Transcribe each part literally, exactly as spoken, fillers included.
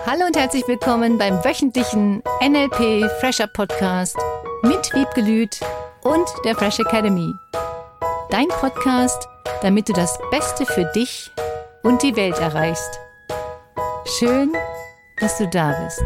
Hallo und herzlich willkommen beim wöchentlichen N L P Fresher Podcast mit Wiebke Lüth und der Fresh Academy. Dein Podcast, damit du das Beste für dich und die Welt erreichst. Schön, dass du da bist.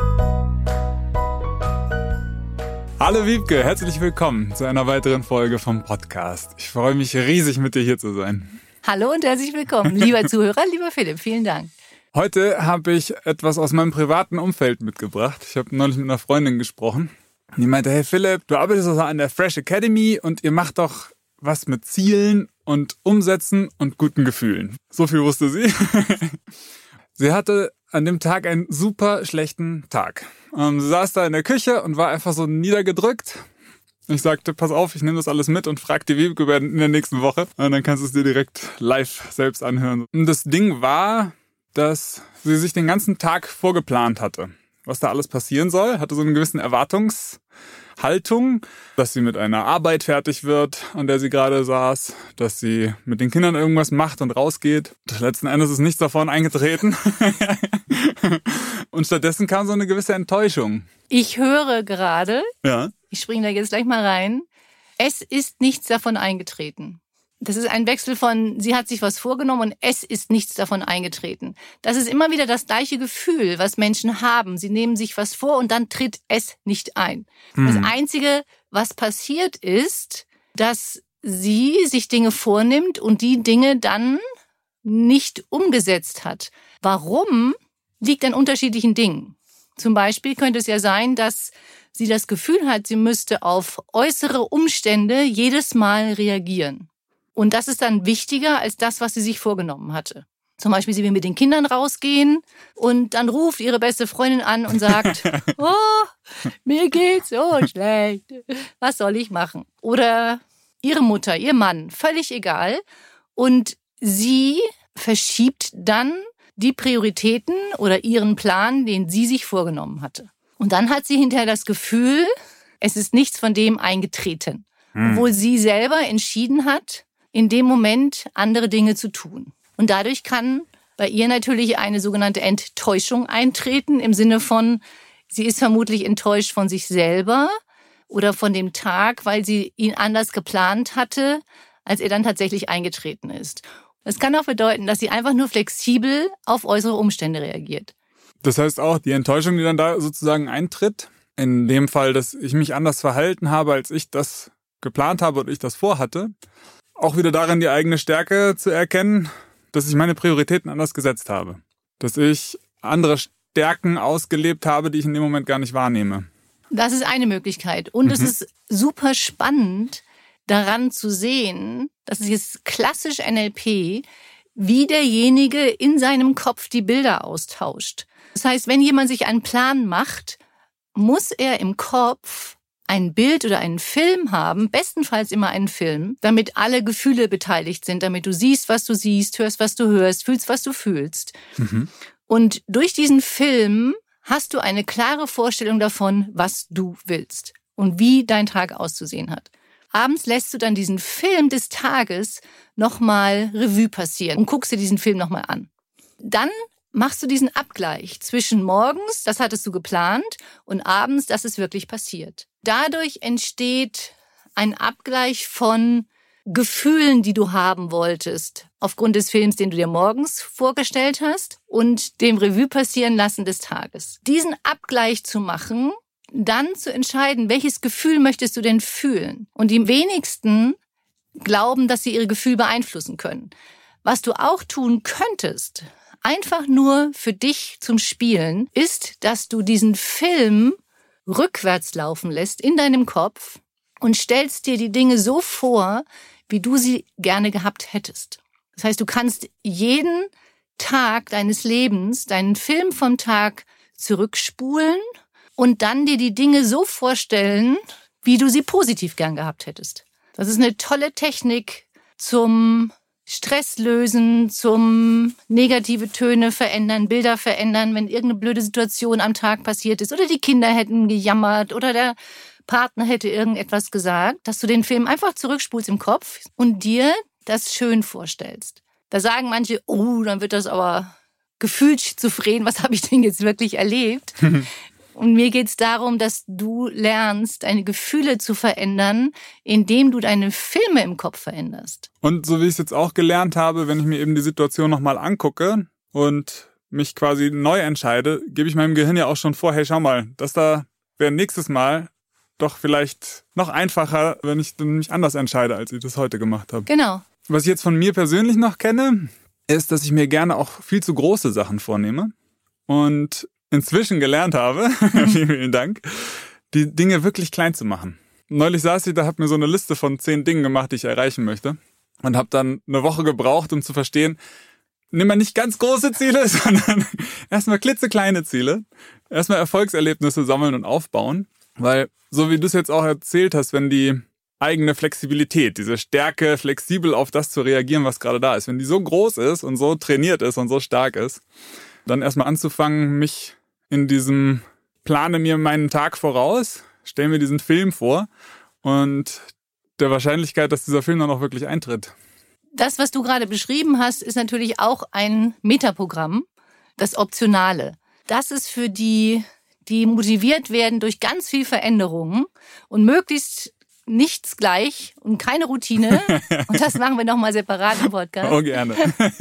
Hallo Wiebke, herzlich willkommen zu einer weiteren Folge vom Podcast. Ich freue mich riesig, mit dir hier zu sein. Hallo und herzlich willkommen, lieber Zuhörer, lieber Philipp, vielen Dank. Heute habe ich etwas aus meinem privaten Umfeld mitgebracht. Ich habe neulich mit einer Freundin gesprochen. Die meinte, hey Philipp, du arbeitest also an der Fresh Academy und ihr macht doch was mit Zielen und Umsetzen und guten Gefühlen. So viel wusste sie. Sie hatte an dem Tag einen super schlechten Tag. Ähm, sie saß da in der Küche und war einfach so niedergedrückt. Ich sagte, pass auf, ich nehme das alles mit und frag die Wiebke in der nächsten Woche. Und dann kannst du es dir direkt live selbst anhören. Und das Ding war, dass sie sich den ganzen Tag vorgeplant hatte, was da alles passieren soll. Hatte so eine gewisse Erwartungshaltung, dass sie mit einer Arbeit fertig wird, an der sie gerade saß, dass sie mit den Kindern irgendwas macht und rausgeht. Letzten Endes ist nichts davon eingetreten. Und stattdessen kam so eine gewisse Enttäuschung. Ich höre gerade, ja. Ich springe da jetzt gleich mal rein, es ist nichts davon eingetreten. Das ist ein Wechsel von, sie hat sich was vorgenommen und es ist nichts davon eingetreten. Das ist immer wieder das gleiche Gefühl, was Menschen haben. Sie nehmen sich was vor und dann tritt es nicht ein. Hm. Das Einzige, was passiert ist, dass sie sich Dinge vornimmt und die Dinge dann nicht umgesetzt hat. Warum, liegt an unterschiedlichen Dingen. Zum Beispiel könnte es ja sein, dass sie das Gefühl hat, sie müsste auf äußere Umstände jedes Mal reagieren. Und das ist dann wichtiger als das, was sie sich vorgenommen hatte. Zum Beispiel, sie will mit den Kindern rausgehen und dann ruft ihre beste Freundin an und sagt, oh, mir geht's so schlecht, was soll ich machen? Oder ihre Mutter, ihr Mann, völlig egal. Und sie verschiebt dann die Prioritäten oder ihren Plan, den sie sich vorgenommen hatte. Und dann hat sie hinterher das Gefühl, es ist nichts von dem eingetreten. Hm. Obwohl sie selber entschieden hat, in dem Moment andere Dinge zu tun. Und dadurch kann bei ihr natürlich eine sogenannte Enttäuschung eintreten, im Sinne von, sie ist vermutlich enttäuscht von sich selber oder von dem Tag, weil sie ihn anders geplant hatte, als er dann tatsächlich eingetreten ist. Das kann auch bedeuten, dass sie einfach nur flexibel auf äußere Umstände reagiert. Das heißt auch, die Enttäuschung, die dann da sozusagen eintritt, in dem Fall, dass ich mich anders verhalten habe, als ich das geplant habe und ich das vorhatte, auch wieder darin die eigene Stärke zu erkennen, dass ich meine Prioritäten anders gesetzt habe. Dass ich andere Stärken ausgelebt habe, die ich in dem Moment gar nicht wahrnehme. Das ist eine Möglichkeit. Und mhm. es ist super spannend, daran zu sehen, das ist jetzt klassisch N L P, wie derjenige in seinem Kopf die Bilder austauscht. Das heißt, wenn jemand sich einen Plan macht, muss er im Kopf ein Bild oder einen Film haben, bestenfalls immer einen Film, damit alle Gefühle beteiligt sind, damit du siehst, was du siehst, hörst, was du hörst, fühlst, was du fühlst. Mhm. Und durch diesen Film hast du eine klare Vorstellung davon, was du willst und wie dein Tag auszusehen hat. Abends lässt du dann diesen Film des Tages nochmal Revue passieren und guckst dir diesen Film nochmal an. Dann machst du diesen Abgleich zwischen morgens, das hattest du geplant, und abends, das ist wirklich passiert. Dadurch entsteht ein Abgleich von Gefühlen, die du haben wolltest, aufgrund des Films, den du dir morgens vorgestellt hast, und dem Revue passieren lassen des Tages. Diesen Abgleich zu machen, dann zu entscheiden, welches Gefühl möchtest du denn fühlen? Und die wenigsten glauben, dass sie ihre Gefühle beeinflussen können. Was du auch tun könntest, einfach nur für dich zum Spielen, ist, dass du diesen Film rückwärts laufen lässt in deinem Kopf und stellst dir die Dinge so vor, wie du sie gerne gehabt hättest. Das heißt, du kannst jeden Tag deines Lebens, deinen Film vom Tag zurückspulen und dann dir die Dinge so vorstellen, wie du sie positiv gern gehabt hättest. Das ist eine tolle Technik zum Stress lösen, zum negative Töne verändern, Bilder verändern, wenn irgendeine blöde Situation am Tag passiert ist oder die Kinder hätten gejammert oder der Partner hätte irgendetwas gesagt, dass du den Film einfach zurückspulst im Kopf und dir das schön vorstellst. Da sagen manche, oh, dann wird das aber gefühlt schizophren, was habe ich denn jetzt wirklich erlebt? Und mir geht es darum, dass du lernst, deine Gefühle zu verändern, indem du deine Filme im Kopf veränderst. Und so wie ich es jetzt auch gelernt habe, wenn ich mir eben die Situation nochmal angucke und mich quasi neu entscheide, gebe ich meinem Gehirn ja auch schon vor, hey, schau mal, das da wäre nächstes Mal doch vielleicht noch einfacher, wenn ich dann mich anders entscheide, als ich das heute gemacht habe. Genau. Was ich jetzt von mir persönlich noch kenne, ist, dass ich mir gerne auch viel zu große Sachen vornehme und inzwischen gelernt habe, vielen, vielen Dank, die Dinge wirklich klein zu machen. Neulich saß ich da, habe mir so eine Liste von zehn Dingen gemacht, die ich erreichen möchte und habe dann eine Woche gebraucht, um zu verstehen, nimm mal nicht ganz große Ziele, sondern erstmal klitzekleine Ziele, erstmal Erfolgserlebnisse sammeln und aufbauen, weil so wie du es jetzt auch erzählt hast, wenn die eigene Flexibilität, diese Stärke, flexibel auf das zu reagieren, was gerade da ist, wenn die so groß ist und so trainiert ist und so stark ist, dann erstmal anzufangen, mich in diesem plane mir meinen Tag voraus, stell mir diesen Film vor und der Wahrscheinlichkeit, dass dieser Film dann auch wirklich eintritt. Das, was du gerade beschrieben hast, ist natürlich auch ein Metaprogramm, das Optionale. Das ist für die, die motiviert werden durch ganz viel Veränderungen und möglichst nichts gleich und keine Routine. Und das machen wir nochmal separat im Podcast. Oh, gerne.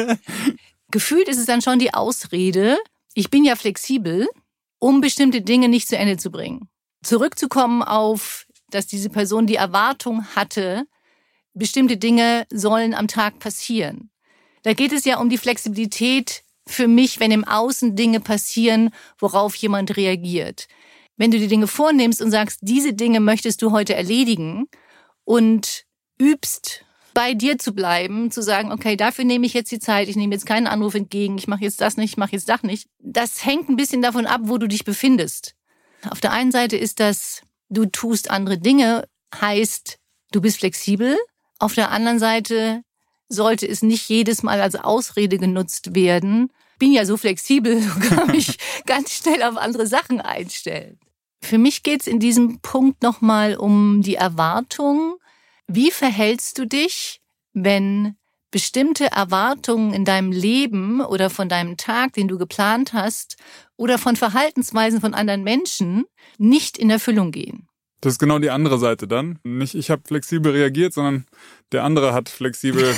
Gefühlt ist es dann schon die Ausrede, ich bin ja flexibel, um bestimmte Dinge nicht zu Ende zu bringen. Zurückzukommen auf, dass diese Person die Erwartung hatte, bestimmte Dinge sollen am Tag passieren. Da geht es ja um die Flexibilität für mich, wenn im Außen Dinge passieren, worauf jemand reagiert. Wenn du die Dinge vornimmst und sagst, diese Dinge möchtest du heute erledigen und übst, bei dir zu bleiben, zu sagen, okay, dafür nehme ich jetzt die Zeit, ich nehme jetzt keinen Anruf entgegen, ich mache jetzt das nicht, ich mache jetzt das nicht. Das hängt ein bisschen davon ab, wo du dich befindest. Auf der einen Seite ist das, du tust andere Dinge, heißt, du bist flexibel. Auf der anderen Seite sollte es nicht jedes Mal als Ausrede genutzt werden. Bin ja so flexibel, kann mich ganz schnell auf andere Sachen einstellen. Für mich geht es in diesem Punkt nochmal um die Erwartung. Wie verhältst du dich, wenn bestimmte Erwartungen in deinem Leben oder von deinem Tag, den du geplant hast, oder von Verhaltensweisen von anderen Menschen nicht in Erfüllung gehen? Das ist genau die andere Seite dann. Nicht ich habe flexibel reagiert, sondern der andere hat flexibel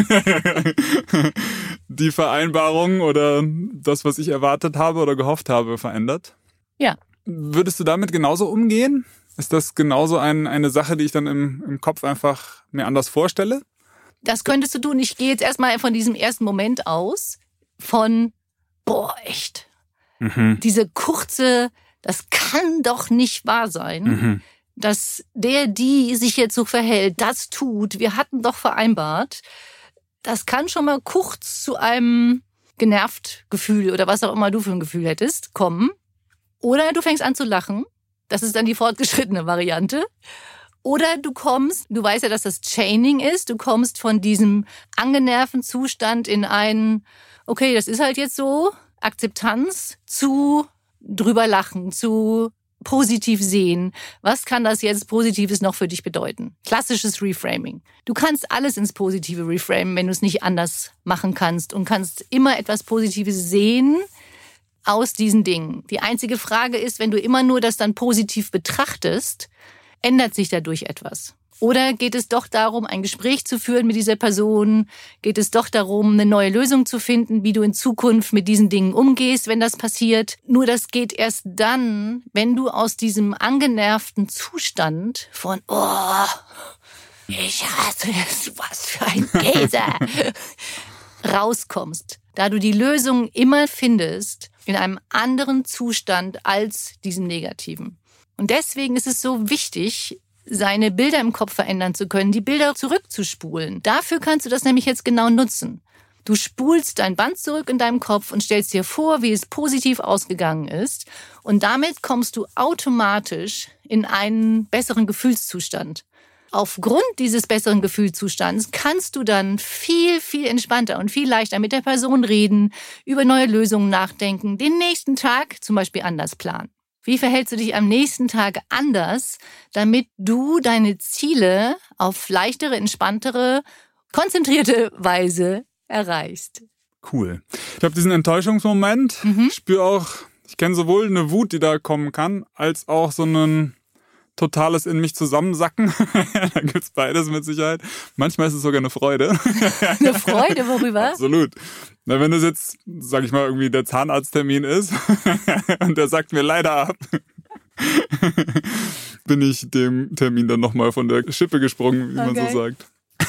die Vereinbarung oder das, was ich erwartet habe oder gehofft habe, verändert. Ja. Würdest du damit genauso umgehen? Ist das genauso ein, eine Sache, die ich dann im, im Kopf einfach mir anders vorstelle? Das könntest du tun. Ich gehe jetzt erstmal von diesem ersten Moment aus, von, boah, echt. Mhm. Diese kurze, das kann doch nicht wahr sein, mhm. dass der, die sich jetzt so verhält, das tut. Wir hatten doch vereinbart. Das kann schon mal kurz zu einem genervt Gefühl oder was auch immer du für ein Gefühl hättest, kommen. Oder du fängst an zu lachen. Das ist dann die fortgeschrittene Variante. Oder du kommst, du weißt ja, dass das Chaining ist, du kommst von diesem angenervten Zustand in einen, okay, das ist halt jetzt so, Akzeptanz zu drüber lachen, zu positiv sehen. Was kann das jetzt Positives noch für dich bedeuten? Klassisches Reframing. Du kannst alles ins Positive reframen, wenn du es nicht anders machen kannst und kannst immer etwas Positives sehen aus diesen Dingen. Die einzige Frage ist, wenn du immer nur das dann positiv betrachtest, ändert sich dadurch etwas? Oder geht es doch darum, ein Gespräch zu führen mit dieser Person? Geht es doch darum, eine neue Lösung zu finden, wie du in Zukunft mit diesen Dingen umgehst, wenn das passiert? Nur das geht erst dann, wenn du aus diesem angenervten Zustand von, oh, ich hasse es, was für ein Käse, rauskommst. Da du die Lösung immer findest in einem anderen Zustand als diesem negativen. Und deswegen ist es so wichtig, seine Bilder im Kopf verändern zu können, die Bilder zurückzuspulen. Dafür kannst du das nämlich jetzt genau nutzen. Du spulst dein Band zurück in deinem Kopf und stellst dir vor, wie es positiv ausgegangen ist. Und damit kommst du automatisch in einen besseren Gefühlszustand. Aufgrund dieses besseren Gefühlszustands kannst du dann viel, viel entspannter und viel leichter mit der Person reden, über neue Lösungen nachdenken, den nächsten Tag zum Beispiel anders planen. Wie verhältst du dich am nächsten Tag anders, damit du deine Ziele auf leichtere, entspanntere, konzentrierte Weise erreichst? Cool. Ich habe diesen Enttäuschungsmoment. Mhm. Ich spüre auch, ich kenne sowohl eine Wut, die da kommen kann, als auch so ein totales in mich zusammensacken. Da gibt's beides mit Sicherheit. Manchmal ist es sogar eine Freude. Eine Freude, worüber? Absolut. Na, wenn das jetzt, sag ich mal, irgendwie der Zahnarzttermin ist und der sagt mir leider ab, bin ich dem Termin dann nochmal von der Schippe gesprungen, wie okay. man so sagt.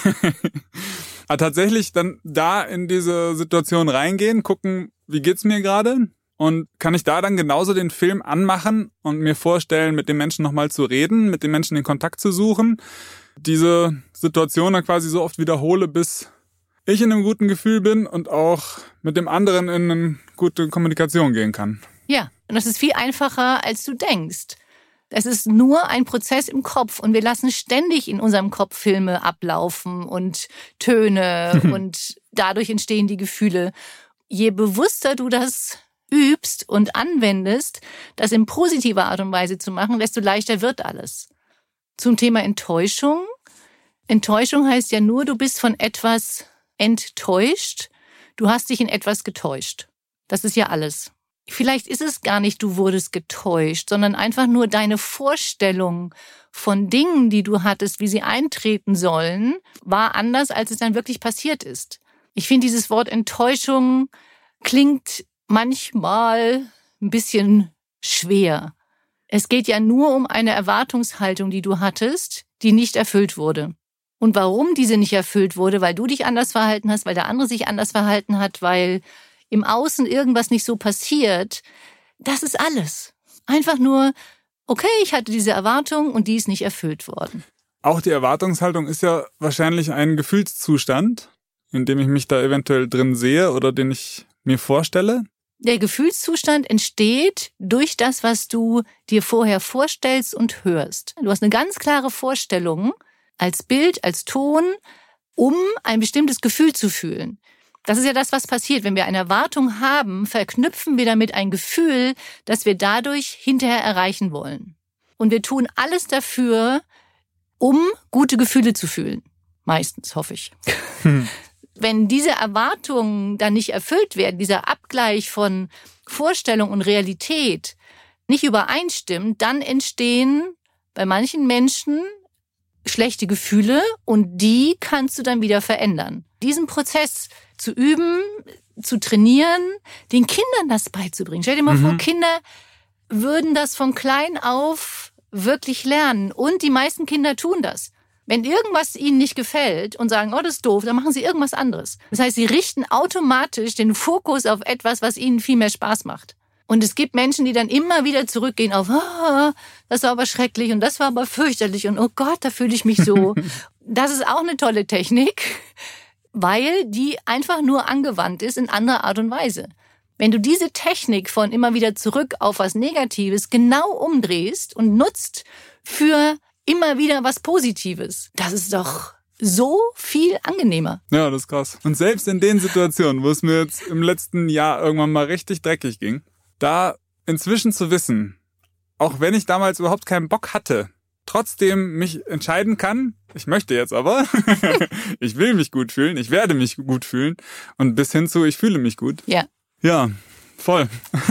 Aber tatsächlich dann da in diese Situation reingehen, gucken, wie geht's mir gerade? Und kann ich da dann genauso den Film anmachen und mir vorstellen, mit den Menschen nochmal zu reden, mit den Menschen den Kontakt zu suchen, diese Situation dann quasi so oft wiederhole, bis ich in einem guten Gefühl bin und auch mit dem anderen in eine gute Kommunikation gehen kann. Ja, und das ist viel einfacher, als du denkst. Es ist nur ein Prozess im Kopf und wir lassen ständig in unserem Kopf Filme ablaufen und Töne und dadurch entstehen die Gefühle. Je bewusster du das übst und anwendest, das in positiver Art und Weise zu machen, desto leichter wird alles. Zum Thema Enttäuschung. Enttäuschung heißt ja nur, du bist von etwas enttäuscht. Du hast dich in etwas getäuscht. Das ist ja alles. Vielleicht ist es gar nicht, du wurdest getäuscht, sondern einfach nur deine Vorstellung von Dingen, die du hattest, wie sie eintreten sollen, war anders, als es dann wirklich passiert ist. Ich finde, dieses Wort Enttäuschung klingt manchmal ein bisschen schwer. Es geht ja nur um eine Erwartungshaltung, die du hattest, die nicht erfüllt wurde. Und warum diese nicht erfüllt wurde, weil du dich anders verhalten hast, weil der andere sich anders verhalten hat, weil im Außen irgendwas nicht so passiert, das ist alles. Einfach nur, okay, ich hatte diese Erwartung und die ist nicht erfüllt worden. Auch die Erwartungshaltung ist ja wahrscheinlich ein Gefühlszustand, in dem ich mich da eventuell drin sehe oder den ich mir vorstelle. Der Gefühlszustand entsteht durch das, was du dir vorher vorstellst und hörst. Du hast eine ganz klare Vorstellung als Bild, als Ton, um ein bestimmtes Gefühl zu fühlen. Das ist ja das, was passiert. Wenn wir eine Erwartung haben, verknüpfen wir damit ein Gefühl, das wir dadurch hinterher erreichen wollen. Und wir tun alles dafür, um gute Gefühle zu fühlen. Meistens, hoffe ich. Hm. Wenn diese Erwartungen dann nicht erfüllt werden, dieser Abgleich von Vorstellung und Realität nicht übereinstimmt, dann entstehen bei manchen Menschen schlechte Gefühle und die kannst du dann wieder verändern. Diesen Prozess zu üben, zu trainieren, den Kindern das beizubringen. Stell dir mal mhm. vor, Kinder würden das von klein auf wirklich lernen und die meisten Kinder tun das. Wenn irgendwas ihnen nicht gefällt und sagen, oh, das ist doof, dann machen sie irgendwas anderes. Das heißt, sie richten automatisch den Fokus auf etwas, was ihnen viel mehr Spaß macht. Und es gibt Menschen, die dann immer wieder zurückgehen auf, oh, das war aber schrecklich und das war aber fürchterlich und oh Gott, da fühle ich mich so. Das ist auch eine tolle Technik, weil die einfach nur angewandt ist in anderer Art und Weise. Wenn du diese Technik von immer wieder zurück auf was Negatives genau umdrehst und nutzt für immer wieder was Positives. Das ist doch so viel angenehmer. Ja, das ist krass. Und selbst in den Situationen, wo es mir jetzt im letzten Jahr irgendwann mal richtig dreckig ging, da inzwischen zu wissen, auch wenn ich damals überhaupt keinen Bock hatte, trotzdem mich entscheiden kann, ich möchte jetzt aber, ich will mich gut fühlen, ich werde mich gut fühlen und bis hin zu, ich fühle mich gut. Ja. Ja, voll.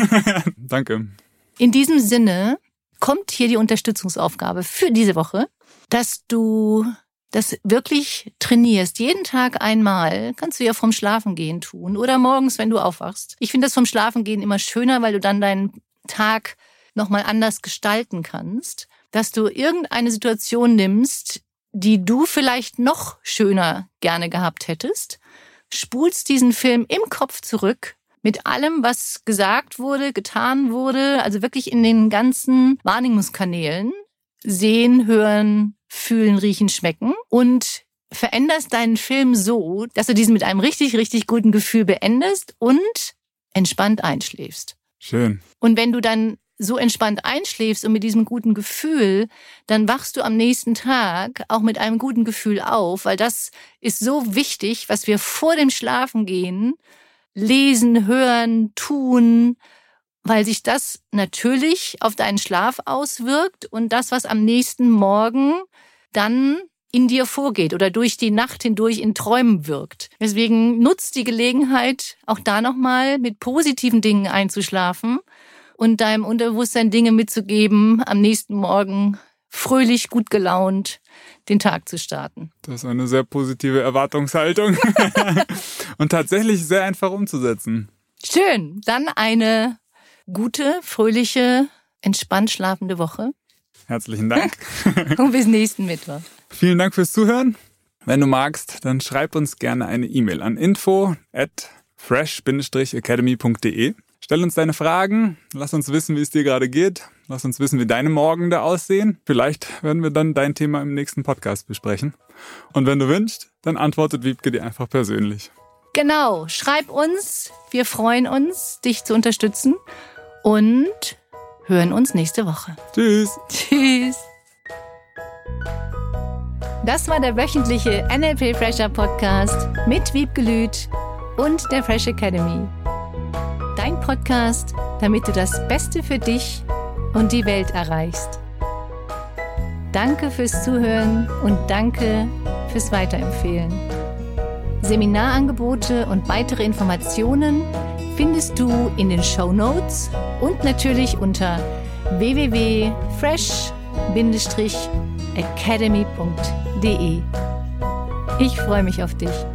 Danke. In diesem Sinne kommt hier die Unterstützungsaufgabe für diese Woche, dass du das wirklich trainierst. Jeden Tag einmal kannst du ja vom Schlafengehen tun oder morgens, wenn du aufwachst. Ich finde das vom Schlafengehen immer schöner, weil du dann deinen Tag nochmal anders gestalten kannst, dass du irgendeine Situation nimmst, die du vielleicht noch schöner gerne gehabt hättest, spulst diesen Film im Kopf zurück, mit allem, was gesagt wurde, getan wurde, also wirklich in den ganzen Wahrnehmungskanälen, sehen, hören, fühlen, riechen, schmecken und veränderst deinen Film so, dass du diesen mit einem richtig, richtig guten Gefühl beendest und entspannt einschläfst. Schön. Und wenn du dann so entspannt einschläfst und mit diesem guten Gefühl, dann wachst du am nächsten Tag auch mit einem guten Gefühl auf, weil das ist so wichtig, was wir vor dem Schlafengehen lesen, hören, tun, weil sich das natürlich auf deinen Schlaf auswirkt und das, was am nächsten Morgen dann in dir vorgeht oder durch die Nacht hindurch in Träumen wirkt. Deswegen nutzt die Gelegenheit, auch da nochmal mit positiven Dingen einzuschlafen und deinem Unterbewusstsein Dinge mitzugeben, am nächsten Morgen fröhlich, gut gelaunt den Tag zu starten. Das ist eine sehr positive Erwartungshaltung und tatsächlich sehr einfach umzusetzen. Schön, dann eine gute, fröhliche, entspannt schlafende Woche. Herzlichen Dank. Und bis nächsten Mittwoch. Vielen Dank fürs Zuhören. Wenn du magst, dann schreib uns gerne eine E-Mail an info at fresh academy punkt de. Stell uns deine Fragen, lass uns wissen, wie es dir gerade geht. Lass uns wissen, wie deine Morgende aussehen. Vielleicht werden wir dann dein Thema im nächsten Podcast besprechen. Und wenn du wünschst, dann antwortet Wiebke dir einfach persönlich. Genau, schreib uns. Wir freuen uns, dich zu unterstützen und hören uns nächste Woche. Tschüss. Tschüss. Das war der wöchentliche N L P Fresher Podcast mit Wiebke Lüth und der Fresh Academy. Dein Podcast, damit du das Beste für dich und die Welt erreichst. Danke fürs Zuhören und danke fürs Weiterempfehlen. Seminarangebote und weitere Informationen findest du in den Shownotes und natürlich unter w w w punkt fresh academy punkt de. Ich freue mich auf dich.